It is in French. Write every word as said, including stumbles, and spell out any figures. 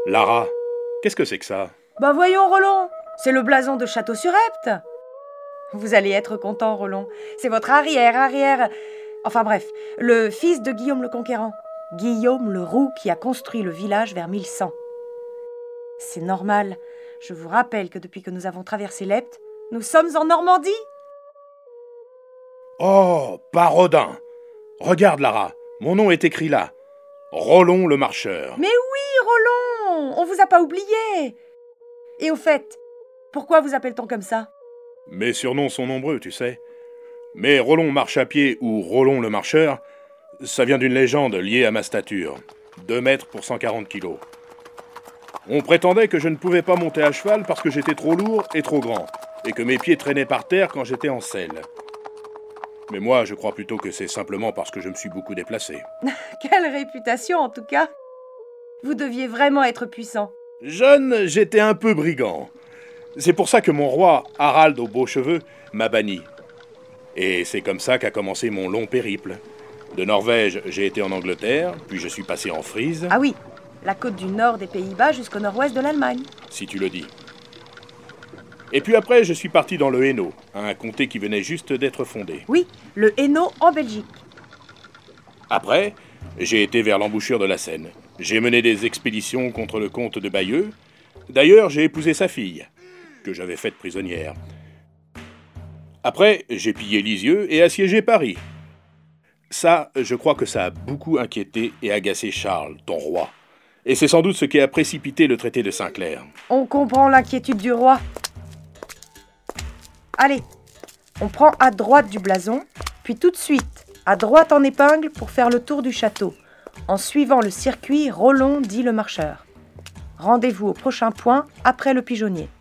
Lara, qu'est-ce que c'est que ça? Bah voyons, Roland, c'est le blason de Château-sur-Epte. Vous allez être content, Roland. C'est votre arrière, arrière... Enfin bref, le fils de Guillaume le Conquérant. Guillaume le Roux qui a construit le village vers mille cent. C'est normal. Je vous rappelle que depuis que nous avons traversé l'Epte, nous sommes en Normandie. Oh, Parodin! Regarde, Lara, mon nom est écrit là. Rollon le marcheur. Mais oui, Roland, on vous a pas oublié. Et au fait, pourquoi vous appelle-t-on comme ça? Mes surnoms sont nombreux, tu sais. Mais Rollon marche à pied ou Rollon le marcheur, ça vient d'une légende liée à ma stature. deux mètres pour cent quarante kilos. On prétendait que je ne pouvais pas monter à cheval parce que j'étais trop lourd et trop grand, et que mes pieds traînaient par terre quand j'étais en selle. Mais moi, je crois plutôt que c'est simplement parce que je me suis beaucoup déplacé. Quelle réputation, en tout cas. Vous deviez vraiment être puissant. Jeune, j'étais un peu brigand. C'est pour ça que mon roi, Harald aux beaux cheveux, m'a banni. Et c'est comme ça qu'a commencé mon long périple. De Norvège, j'ai été en Angleterre, puis je suis passé en Frise. Ah oui, la côte du nord des Pays-Bas jusqu'au nord-ouest de l'Allemagne. Si tu le dis. Et puis après, je suis parti dans le Hainaut, un comté qui venait juste d'être fondé. Oui, le Hainaut en Belgique. Après, j'ai été vers l'embouchure de la Seine. J'ai mené des expéditions contre le comte de Bayeux. D'ailleurs, j'ai épousé sa fille, que j'avais faite prisonnière. Après, j'ai pillé Lisieux et assiégé Paris. Ça, je crois que ça a beaucoup inquiété et agacé Charles, ton roi. Et c'est sans doute ce qui a précipité le traité de Saint-Clair. On comprend l'inquiétude du roi. Allez, on prend à droite du blason, puis tout de suite, à droite en épingle pour faire le tour du château, en suivant le circuit Rollon dit le marcheur. Rendez-vous au prochain point après le pigeonnier.